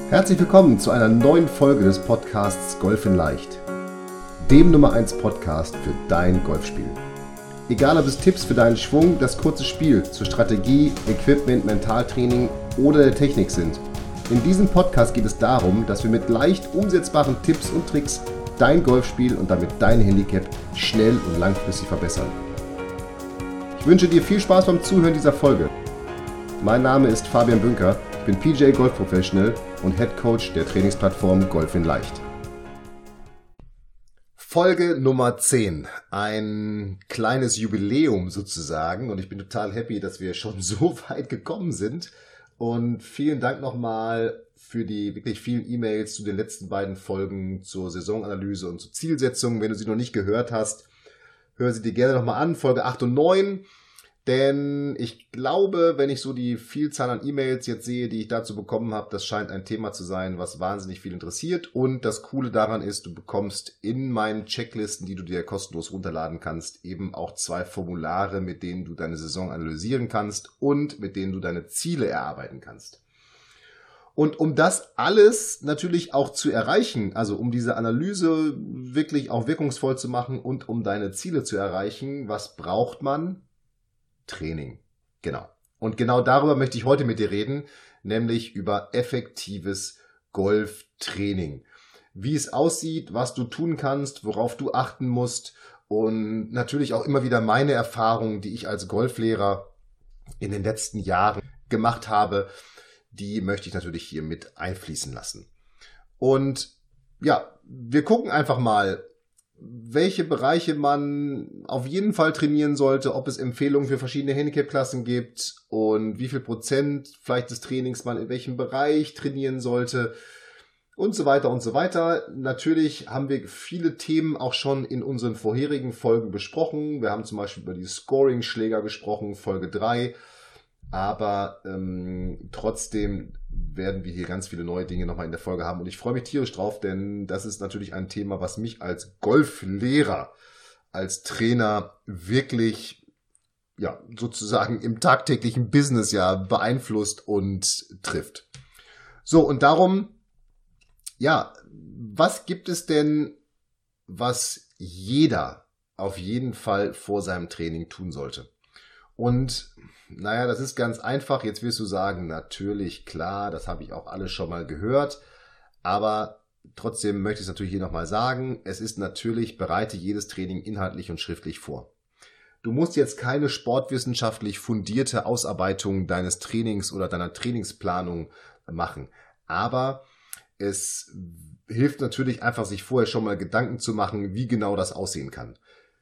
Herzlich willkommen zu einer neuen Folge des Podcasts Golf in Leicht, dem Nummer 1 Podcast für dein Golfspiel. Egal ob es Tipps für deinen Schwung, das kurze Spiel, zur Strategie, Equipment, Mentaltraining oder der Technik sind. In diesem Podcast geht es darum, dass wir mit leicht umsetzbaren Tipps und Tricks dein Golfspiel und damit dein Handicap schnell und langfristig verbessern. Ich wünsche dir viel Spaß beim Zuhören dieser Folge. Mein Name ist Fabian Bünker, ich bin PGA Golf Professional und Head Coach der Trainingsplattform Golf in Leicht. Folge Nummer 10, ein kleines Jubiläum sozusagen, und ich bin total happy, dass wir schon so weit gekommen sind, und vielen Dank nochmal für die wirklich vielen E-Mails zu den letzten beiden Folgen zur Saisonanalyse und zur Zielsetzung. Wenn du sie noch nicht gehört hast, hör sie dir gerne nochmal an, Folge 8 und 9. Denn ich glaube, wenn ich so die Vielzahl an E-Mails jetzt sehe, die ich dazu bekommen habe, das scheint ein Thema zu sein, was wahnsinnig viel interessiert. Und das Coole daran ist, du bekommst in meinen Checklisten, die du dir kostenlos runterladen kannst, eben auch 2 Formulare, mit denen du deine Saison analysieren kannst und mit denen du deine Ziele erarbeiten kannst. Und um das alles natürlich auch zu erreichen, also um diese Analyse wirklich auch wirkungsvoll zu machen und um deine Ziele zu erreichen, was braucht man? Training. Genau. Und genau darüber möchte ich heute mit dir reden, nämlich über effektives Golftraining. Wie es aussieht, was du tun kannst, worauf du achten musst und natürlich auch immer wieder meine Erfahrungen, die ich als Golflehrer in den letzten Jahren gemacht habe, die möchte ich natürlich hier mit einfließen lassen. Und ja, wir gucken einfach mal, welche Bereiche man auf jeden Fall trainieren sollte, ob es Empfehlungen für verschiedene Handicap-Klassen gibt und wie viel Prozent vielleicht des Trainings man in welchem Bereich trainieren sollte und so weiter und so weiter. Natürlich haben wir viele Themen auch schon in unseren vorherigen Folgen besprochen. Wir haben zum Beispiel über die Scoring-Schläger gesprochen, Folge 3. Aber trotzdem werden wir hier ganz viele neue Dinge nochmal in der Folge haben. Und ich freue mich tierisch drauf, denn das ist natürlich ein Thema, was mich als Golflehrer, als Trainer wirklich, ja, sozusagen im tagtäglichen Business ja beeinflusst und trifft. So, und darum, ja, was gibt es denn, was jeder auf jeden Fall vor seinem Training tun sollte? Und naja, das ist ganz einfach. Jetzt wirst du sagen, natürlich, klar, das habe ich auch alles schon mal gehört. Aber trotzdem möchte ich es natürlich hier nochmal sagen. Es ist natürlich, bereite jedes Training inhaltlich und schriftlich vor. Du musst jetzt keine sportwissenschaftlich fundierte Ausarbeitung deines Trainings oder deiner Trainingsplanung machen. Aber es hilft natürlich einfach, sich vorher schon mal Gedanken zu machen, wie genau das aussehen kann.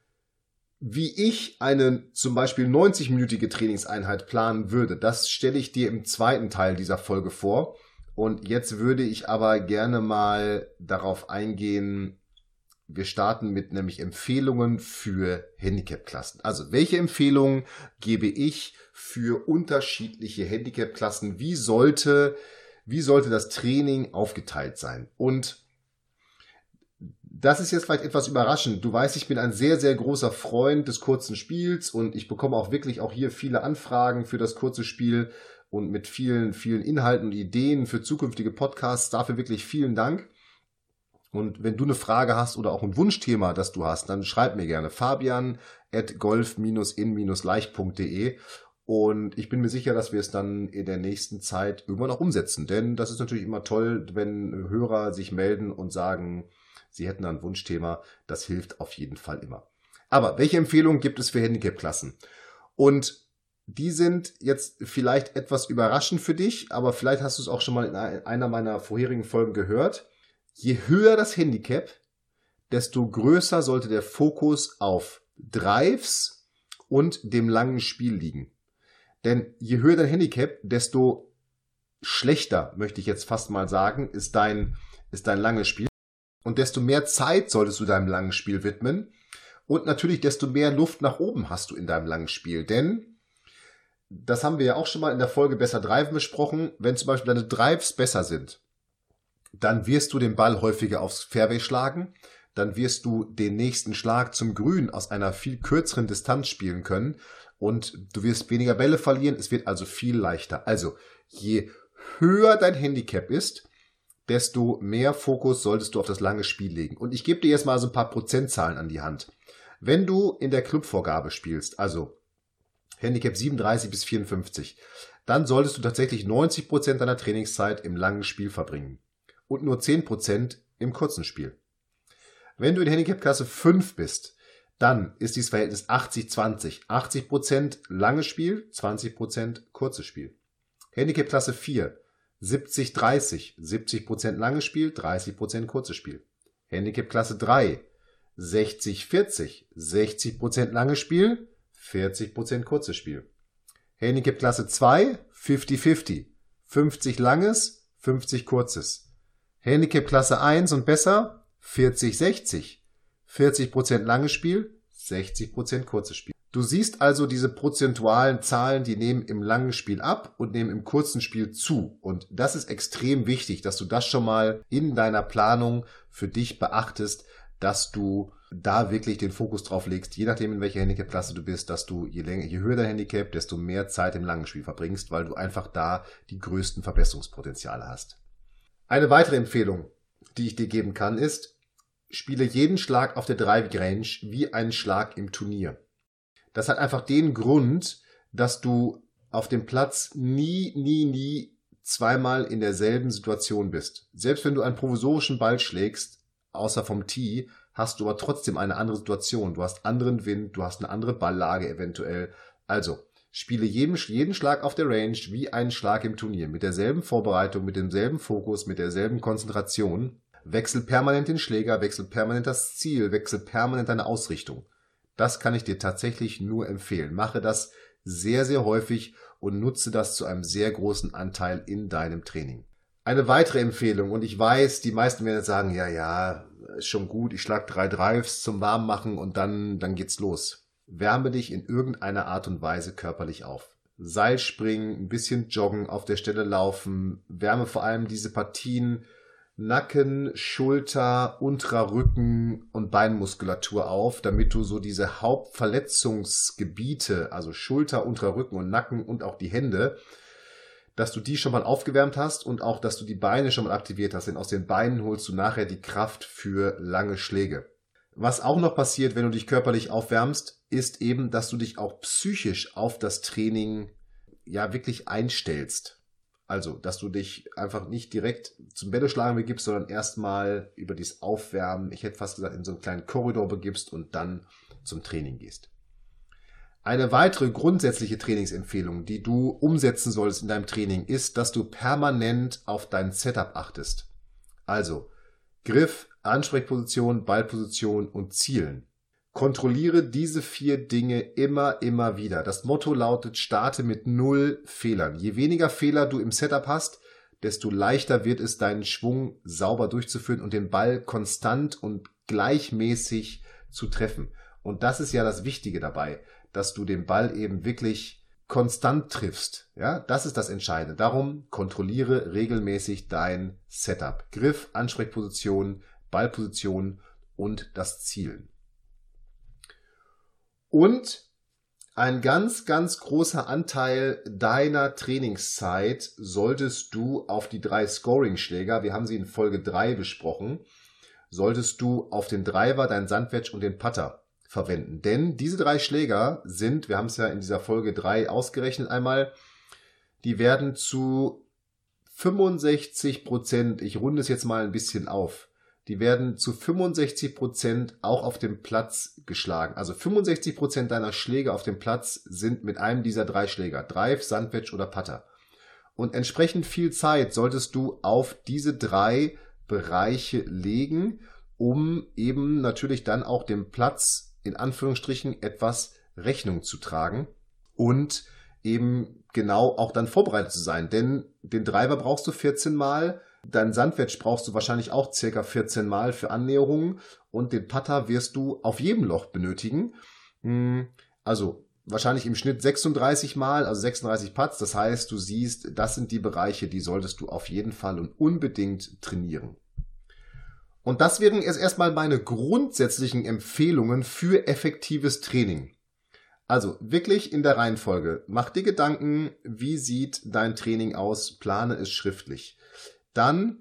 Wie ich eine zum Beispiel 90-minütige Trainingseinheit planen würde, das stelle ich dir im zweiten Teil dieser Folge vor. Und jetzt würde ich aber gerne mal darauf eingehen, wir starten mit nämlich Empfehlungen für Handicap-Klassen. Also welche Empfehlungen gebe ich für unterschiedliche Handicap-Klassen? Wie sollte das Training aufgeteilt sein? Und das ist jetzt vielleicht etwas überraschend. Du weißt, ich bin ein sehr, sehr großer Freund des kurzen Spiels und ich bekomme auch wirklich auch hier viele Anfragen für das kurze Spiel und mit vielen, vielen Inhalten und Ideen für zukünftige Podcasts. Dafür wirklich vielen Dank. Und wenn du eine Frage hast oder auch ein Wunschthema, das du hast, dann schreib mir gerne fabian@golf-in-leicht.de und ich bin mir sicher, dass wir es dann in der nächsten Zeit irgendwann auch umsetzen. Denn das ist natürlich immer toll, wenn Hörer sich melden und sagen, sie hätten ein Wunschthema, das hilft auf jeden Fall immer. Aber welche Empfehlungen gibt es für Handicap-Klassen? Und die sind jetzt vielleicht etwas überraschend für dich, aber vielleicht hast du es auch schon mal in einer meiner vorherigen Folgen gehört. Je höher das Handicap, desto größer sollte der Fokus auf Drives und dem langen Spiel liegen. Denn je höher dein Handicap, desto schlechter, möchte ich jetzt fast mal sagen, ist dein langes Spiel. Und desto mehr Zeit solltest du deinem langen Spiel widmen. Und natürlich desto mehr Luft nach oben hast du in deinem langen Spiel. Denn, das haben wir ja auch schon mal in der Folge Besser Driven besprochen, wenn zum Beispiel deine Drives besser sind, dann wirst du den Ball häufiger aufs Fairway schlagen. Dann wirst du den nächsten Schlag zum Grün aus einer viel kürzeren Distanz spielen können. Und du wirst weniger Bälle verlieren. Es wird also viel leichter. Also, je höher dein Handicap ist, desto mehr Fokus solltest du auf das lange Spiel legen. Und ich gebe dir jetzt mal so ein paar Prozentzahlen an die Hand. Wenn du in der Clubvorgabe spielst, also Handicap 37 bis 54, dann solltest du tatsächlich 90% deiner Trainingszeit im langen Spiel verbringen und nur 10% im kurzen Spiel. Wenn du in Handicap-Klasse 5 bist, dann ist dieses Verhältnis 80-20. 80% langes Spiel, 20% kurzes Spiel. Handicap-Klasse 4, 70-30. 70% langes Spiel, 30% kurzes Spiel. Handicap-Klasse 3, 60-40. 60% langes Spiel, 40% kurzes Spiel. Handicap-Klasse 2, 50-50. 50 langes, 50 kurzes. Handicap-Klasse 1 und besser, 40-60. 40% langes Spiel, 60% kurzes Spiel. Du siehst also diese prozentualen Zahlen, die nehmen im langen Spiel ab und nehmen im kurzen Spiel zu. Und das ist extrem wichtig, dass du das schon mal in deiner Planung für dich beachtest, dass du da wirklich den Fokus drauf legst, je nachdem in welcher Handicap-Klasse du bist, dass du je höher dein Handicap, desto mehr Zeit im langen Spiel verbringst, weil du einfach da die größten Verbesserungspotenziale hast. Eine weitere Empfehlung, die ich dir geben kann, ist, spiele jeden Schlag auf der Driving Range wie einen Schlag im Turnier. Das hat einfach den Grund, dass du auf dem Platz nie zweimal in derselben Situation bist. Selbst wenn du einen provisorischen Ball schlägst, außer vom Tee, hast du aber trotzdem eine andere Situation. Du hast anderen Wind, du hast eine andere Balllage eventuell. Also, spiele jeden Schlag auf der Range wie einen Schlag im Turnier. Mit derselben Vorbereitung, mit demselben Fokus, mit derselben Konzentration. Wechsel permanent den Schläger, wechsel permanent das Ziel, wechsel permanent deine Ausrichtung. Das kann ich dir tatsächlich nur empfehlen. Mache das sehr, sehr häufig und nutze das zu einem sehr großen Anteil in deinem Training. Eine weitere Empfehlung, und ich weiß, die meisten werden jetzt sagen, ja, ist schon gut, ich schlage 3 Drives zum Warmmachen und dann geht's los. Wärme dich in irgendeiner Art und Weise körperlich auf. Seilspringen, ein bisschen joggen, auf der Stelle laufen, wärme vor allem diese Partien Nacken, Schulter, unterer Rücken und Beinmuskulatur auf, damit du so diese Hauptverletzungsgebiete, also Schulter, unterer Rücken und Nacken und auch die Hände, dass du die schon mal aufgewärmt hast und auch, dass du die Beine schon mal aktiviert hast, denn aus den Beinen holst du nachher die Kraft für lange Schläge. Was auch noch passiert, wenn du dich körperlich aufwärmst, ist eben, dass du dich auch psychisch auf das Training ja wirklich einstellst. Also, dass du dich einfach nicht direkt zum Bälleschlagen begibst, sondern erstmal über dieses Aufwärmen, ich hätte fast gesagt, in so einen kleinen Korridor begibst und dann zum Training gehst. Eine weitere grundsätzliche Trainingsempfehlung, die du umsetzen solltest in deinem Training, ist, dass du permanent auf dein Setup achtest. Also, Griff, Ansprechposition, Ballposition und Zielen. Kontrolliere diese 4 Dinge immer wieder. Das Motto lautet, starte mit 0 Fehlern. Je weniger Fehler du im Setup hast, desto leichter wird es, deinen Schwung sauber durchzuführen und den Ball konstant und gleichmäßig zu treffen. Und das ist ja das Wichtige dabei, dass du den Ball eben wirklich konstant triffst. Ja, das ist das Entscheidende. Darum kontrolliere regelmäßig dein Setup. Griff, Ansprechposition, Ballposition und das Zielen. Und ein ganz großer Anteil deiner Trainingszeit solltest du auf die 3 Scoring-Schläger, wir haben sie in Folge 3 besprochen, solltest du auf den Driver, deinen Sandwedge und den Putter verwenden. Denn diese 3 Schläger sind, wir haben es ja in dieser Folge 3 ausgerechnet einmal, die werden zu 65%, ich runde es jetzt mal ein bisschen auf, die werden zu 65% auch auf dem Platz geschlagen. Also 65% deiner Schläge auf dem Platz sind mit einem dieser 3 Schläger. Drive, Sandwedge oder Putter. Und entsprechend viel Zeit solltest du auf diese 3 Bereiche legen, um eben natürlich dann auch dem Platz in Anführungsstrichen etwas Rechnung zu tragen und eben genau auch dann vorbereitet zu sein. Denn den Driver brauchst du 14 Mal, deinen Sandwedge brauchst du wahrscheinlich auch circa 14 Mal für Annäherungen und den Putter wirst du auf jedem Loch benötigen. Also wahrscheinlich im Schnitt 36 Mal, also 36 Putts. Das heißt, du siehst, das sind die Bereiche, die solltest du auf jeden Fall und unbedingt trainieren. Und das wären jetzt erstmal meine grundsätzlichen Empfehlungen für effektives Training. Also wirklich in der Reihenfolge. Mach dir Gedanken, wie sieht dein Training aus, plane es schriftlich. Dann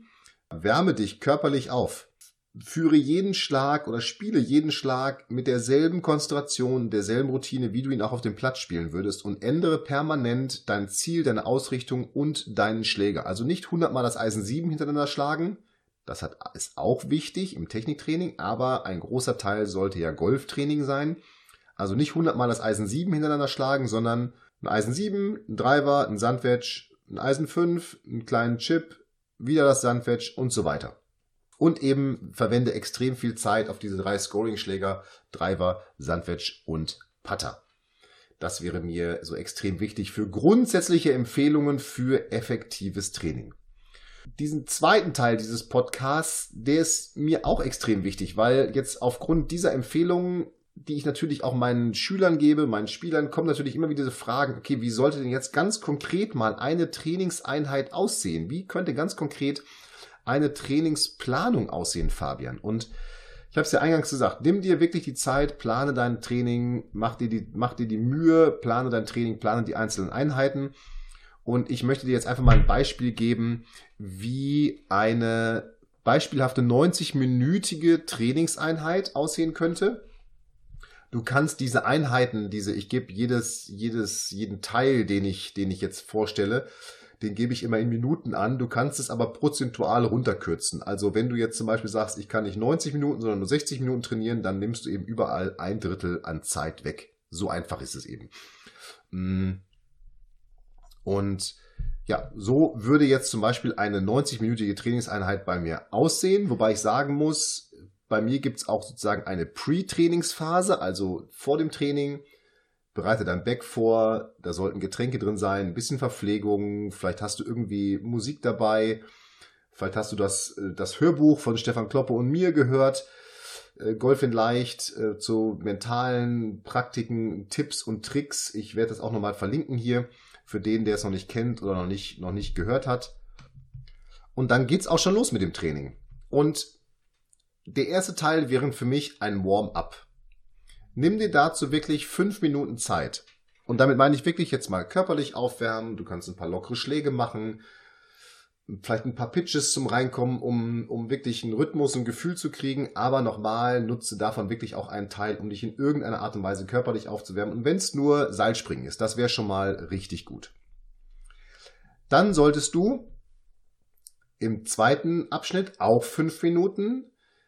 Wärme dich körperlich auf. Führe jeden Schlag oder spiele jeden Schlag mit derselben Konzentration, derselben Routine, wie du ihn auch auf dem Platz spielen würdest und ändere permanent dein Ziel, deine Ausrichtung und deinen Schläger. Also nicht 100-mal das Eisen 7 hintereinander schlagen. Das ist auch wichtig im Techniktraining, aber ein großer Teil sollte ja Golftraining sein. Also nicht 100-mal das Eisen 7 hintereinander schlagen, sondern ein Eisen 7, ein Driver, ein Sandwedge, ein Eisen 5, einen kleinen Chip, wieder das Sandwedge und so weiter. Und eben verwende extrem viel Zeit auf diese 3 Scoring-Schläger, Driver, Sandwedge und Putter. Das wäre mir so extrem wichtig für grundsätzliche Empfehlungen für effektives Training. Diesen zweiten Teil dieses Podcasts, der ist mir auch extrem wichtig, weil jetzt aufgrund dieser Empfehlungen, die ich natürlich auch meinen Schülern gebe, meinen Spielern, kommen natürlich immer wieder diese Fragen, okay, wie sollte denn jetzt ganz konkret mal eine Trainingseinheit aussehen? Wie könnte ganz konkret eine Trainingsplanung aussehen, Fabian? Und ich habe es ja eingangs gesagt, nimm dir wirklich die Zeit, plane dein Training, mach dir die Mühe, plane dein Training, plane die einzelnen Einheiten. Und ich möchte dir jetzt einfach mal ein Beispiel geben, wie eine beispielhafte 90-minütige Trainingseinheit aussehen könnte. Du kannst diese Einheiten, ich gebe jeden Teil, den ich jetzt vorstelle, den gebe ich immer in Minuten an. Du kannst es aber prozentual runterkürzen. Also wenn du jetzt zum Beispiel sagst, ich kann nicht 90 Minuten, sondern nur 60 Minuten trainieren, dann nimmst du eben überall 1/3 an Zeit weg. So einfach ist es eben. Und ja, so würde jetzt zum Beispiel eine 90-minütige Trainingseinheit bei mir aussehen, wobei ich sagen muss, bei mir gibt es auch sozusagen eine Pre-Trainingsphase, also vor dem Training. Bereite dein Bag vor, da sollten Getränke drin sein, ein bisschen Verpflegung, vielleicht hast du irgendwie Musik dabei, vielleicht hast du das Hörbuch von Stefan Kloppe und mir gehört, Golf in Leicht, zu mentalen Praktiken, Tipps und Tricks. Ich werde das auch nochmal verlinken hier, für den, der es noch nicht kennt oder noch nicht gehört hat. Und dann geht's auch schon los mit dem Training. Und der erste Teil wäre für mich ein Warm-up. Nimm dir dazu wirklich 5 Minuten Zeit. Und damit meine ich wirklich jetzt mal körperlich aufwärmen. Du kannst ein paar lockere Schläge machen. Vielleicht ein paar Pitches zum Reinkommen, um wirklich einen Rhythmus, ein Gefühl zu kriegen. Aber nochmal, nutze davon wirklich auch einen Teil, um dich in irgendeiner Art und Weise körperlich aufzuwärmen. Und wenn es nur Seilspringen ist, das wäre schon mal richtig gut. Dann solltest du im zweiten Abschnitt auch 5 Minuten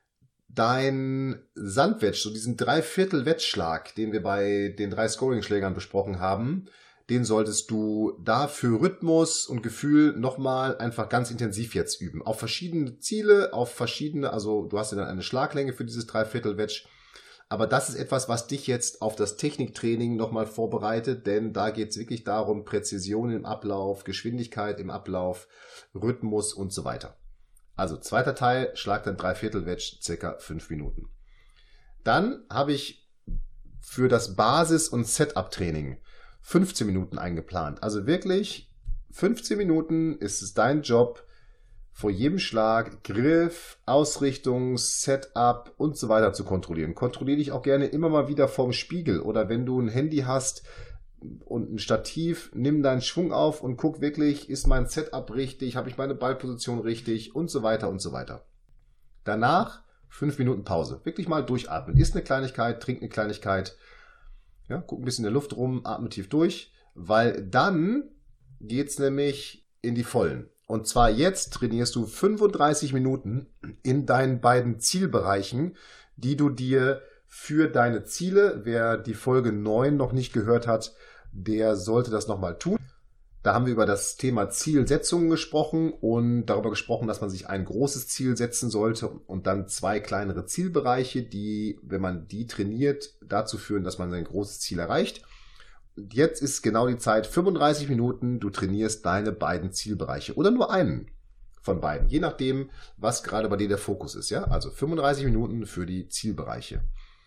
dein Sandwedge, so diesen 3/4 Wettschlag, den wir bei den 3 Scoring-Schlägern besprochen haben, den solltest du da für Rhythmus und Gefühl nochmal einfach ganz intensiv jetzt üben. Auf verschiedene Ziele, also du hast ja dann eine Schlaglänge für dieses 3/4 Wedge, aber das ist etwas, was dich jetzt auf das Techniktraining nochmal vorbereitet, denn da geht es wirklich darum, Präzision im Ablauf, Geschwindigkeit im Ablauf, Rhythmus und so weiter. Also zweiter Teil, schlag dann 3/4 Wedge, circa 5 Minuten. Dann habe ich für das Basis- und Setup-Training 15 Minuten eingeplant. Also wirklich 15 Minuten ist es dein Job, vor jedem Schlag Griff, Ausrichtung, Setup und so weiter zu kontrollieren. Kontrolliere dich auch gerne immer mal wieder vorm Spiegel oder wenn du ein Handy hast und ein Stativ, nimm deinen Schwung auf und guck wirklich, ist mein Setup richtig, habe ich meine Ballposition richtig und so weiter und so weiter. Danach 5 Minuten Pause. Wirklich mal durchatmen. Isst eine Kleinigkeit, trink eine Kleinigkeit, ja, guck ein bisschen in der Luft rum, atme tief durch, weil dann geht's nämlich in die Vollen. Und zwar jetzt trainierst du 35 Minuten in deinen beiden Zielbereichen, die du dir für deine Ziele, wer die Folge 9 noch nicht gehört hat, der sollte das nochmal tun. Da haben wir über das Thema Zielsetzungen gesprochen und darüber gesprochen, dass man sich ein großes Ziel setzen sollte und dann 2 kleinere Zielbereiche, die, wenn man die trainiert, dazu führen, dass man sein großes Ziel erreicht. Und jetzt ist genau die Zeit, 35 Minuten, du trainierst deine beiden Zielbereiche oder nur einen von beiden, je nachdem, was gerade bei dir der Fokus ist. Ja, also 35 Minuten für die Zielbereiche.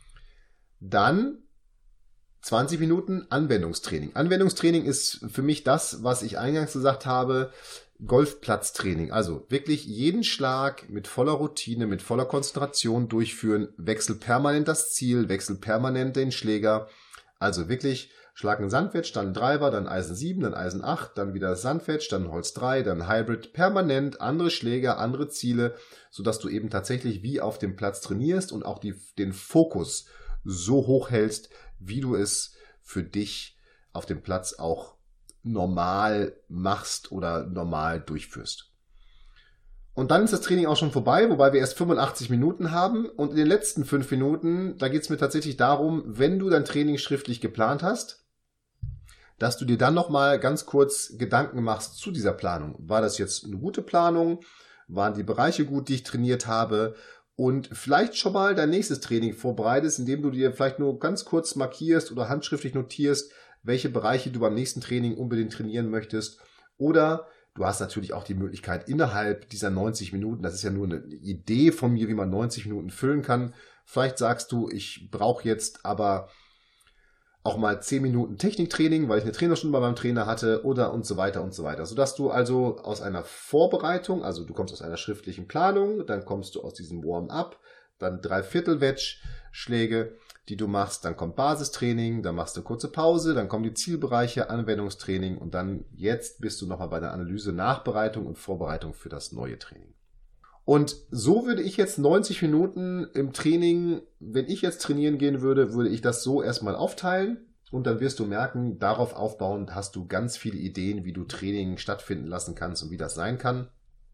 Dann 20 Minuten Anwendungstraining. Anwendungstraining ist für mich das, was ich eingangs gesagt habe, Golfplatztraining. Also wirklich jeden Schlag mit voller Routine, mit voller Konzentration durchführen, wechsel permanent das Ziel, wechsel permanent den Schläger. Also wirklich Schlag einen Sandwedge, dann einen Driver, dann Eisen 7, dann Eisen 8, dann wieder Sandwedge, dann Holz 3, dann Hybrid, permanent andere Schläger, andere Ziele, sodass du eben tatsächlich wie auf dem Platz trainierst und auch den Fokus so hoch hältst, wie du es für dich auf dem Platz auch normal machst oder normal durchführst. Und dann ist das Training auch schon vorbei, wobei wir erst 85 Minuten haben. Und in den letzten 5 Minuten, da geht es mir tatsächlich darum, wenn du dein Training schriftlich geplant hast, dass du dir dann nochmal ganz kurz Gedanken machst zu dieser Planung. War das jetzt eine gute Planung? Waren die Bereiche gut, die ich trainiert habe? Und vielleicht schon mal dein nächstes Training vorbereitest, indem du dir vielleicht nur ganz kurz markierst oder handschriftlich notierst, welche Bereiche du beim nächsten Training unbedingt trainieren möchtest. Oder du hast natürlich auch die Möglichkeit, innerhalb dieser 90 Minuten, das ist ja nur eine Idee von mir, wie man 90 Minuten füllen kann. Vielleicht sagst du, ich brauche jetzt aber auch mal 10 Minuten Techniktraining, weil ich eine Trainerstunde bei meinem Trainer hatte oder und so weiter und so weiter. Sodass du also aus einer Vorbereitung, also du kommst aus einer schriftlichen Planung, dann kommst du aus diesem Warm-up, dann 3/4-Wedge-Schläge, die du machst, dann kommt Basistraining, dann machst du kurze Pause, dann kommen die Zielbereiche, Anwendungstraining und dann jetzt bist du nochmal bei der Analyse, Nachbereitung und Vorbereitung für das neue Training. Und so würde ich jetzt 90 Minuten im Training, wenn ich jetzt trainieren gehen würde, würde ich das so erstmal aufteilen und dann wirst du merken, darauf aufbauend hast du ganz viele Ideen, wie du Training stattfinden lassen kannst und wie das sein kann.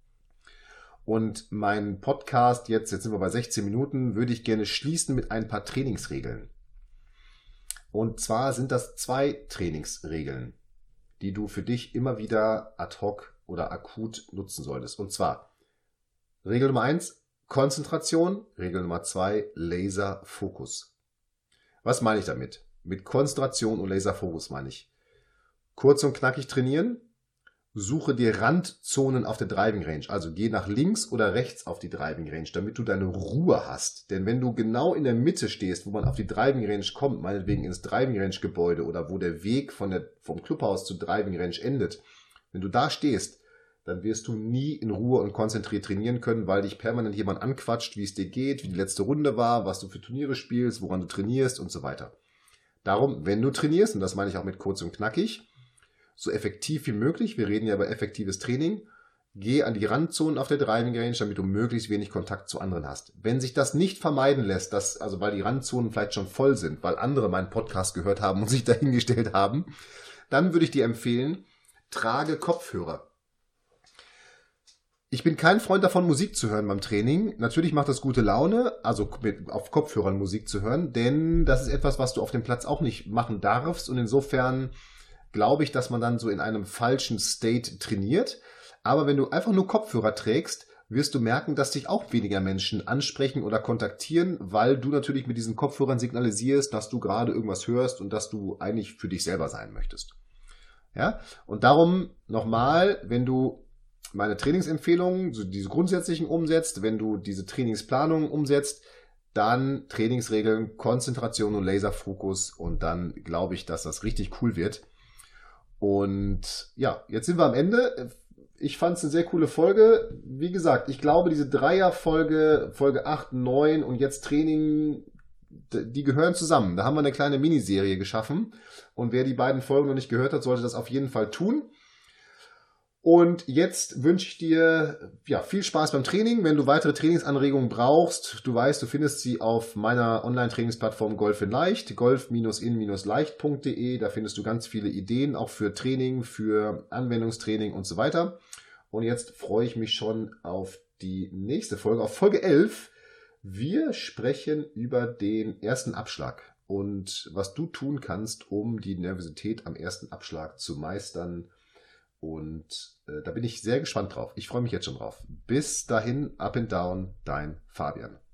Und mein Podcast, jetzt sind wir bei 16 Minuten, würde ich gerne schließen mit ein paar Trainingsregeln. Und zwar sind das 2 Trainingsregeln, die du für dich immer wieder ad hoc oder akut nutzen solltest. Und zwar Regel Nummer 1, Konzentration. Regel Nummer 2, Laserfokus. Was meine ich damit? Mit Konzentration und Laserfokus meine ich kurz und knackig trainieren. Suche dir Randzonen auf der Driving Range, also geh nach links oder rechts auf die Driving Range, damit du deine Ruhe hast. Denn wenn du genau in der Mitte stehst, wo man auf die Driving Range kommt, meinetwegen ins Driving Range Gebäude oder wo der Weg vom Clubhaus zur Driving Range endet, wenn du da stehst, dann wirst du nie in Ruhe und konzentriert trainieren können, weil dich permanent jemand anquatscht, wie es dir geht, wie die letzte Runde war, was du für Turniere spielst, woran du trainierst und so weiter. Darum, wenn du trainierst, und das meine ich auch mit kurz und knackig, so effektiv wie möglich, wir reden ja über effektives Training, geh an die Randzonen auf der Driving Range, damit du möglichst wenig Kontakt zu anderen hast. Wenn sich das nicht vermeiden lässt, also weil die Randzonen vielleicht schon voll sind, weil andere meinen Podcast gehört haben und sich dahingestellt haben, dann würde ich dir empfehlen, trage Kopfhörer. Ich bin kein Freund davon, Musik zu hören beim Training. Natürlich macht das gute Laune, also auf Kopfhörern Musik zu hören, denn das ist etwas, was du auf dem Platz auch nicht machen darfst und insofern glaube ich, dass man dann so in einem falschen State trainiert. Aber wenn du einfach nur Kopfhörer trägst, wirst du merken, dass dich auch weniger Menschen ansprechen oder kontaktieren, weil du natürlich mit diesen Kopfhörern signalisierst, dass du gerade irgendwas hörst und dass du eigentlich für dich selber sein möchtest. Ja? Und darum nochmal, wenn du meine Trainingsempfehlungen, so diese grundsätzlichen umsetzt, wenn du diese Trainingsplanung umsetzt, dann Trainingsregeln, Konzentration und Laserfokus und dann glaube ich, dass das richtig cool wird. Und ja, jetzt sind wir am Ende. Ich fand es eine sehr coole Folge. Wie gesagt, ich glaube, diese Dreier-Folge, Folge 8, 9 und jetzt Training, die gehören zusammen. Da haben wir eine kleine Miniserie geschaffen. Und wer die beiden Folgen noch nicht gehört hat, sollte das auf jeden Fall tun. Und jetzt wünsche ich dir viel Spaß beim Training. Wenn du weitere Trainingsanregungen brauchst, du weißt, du findest sie auf meiner Online-Trainingsplattform Golf in Leicht, golf-in-leicht.de. Da findest du ganz viele Ideen, auch für Training, für Anwendungstraining und so weiter. Und jetzt freue ich mich schon auf die nächste Folge, auf Folge 11. Wir sprechen über den ersten Abschlag und was du tun kannst, um die Nervosität am ersten Abschlag zu meistern. Und da bin ich sehr gespannt drauf. Ich freue mich jetzt schon drauf. Bis dahin, up and down, dein Fabian.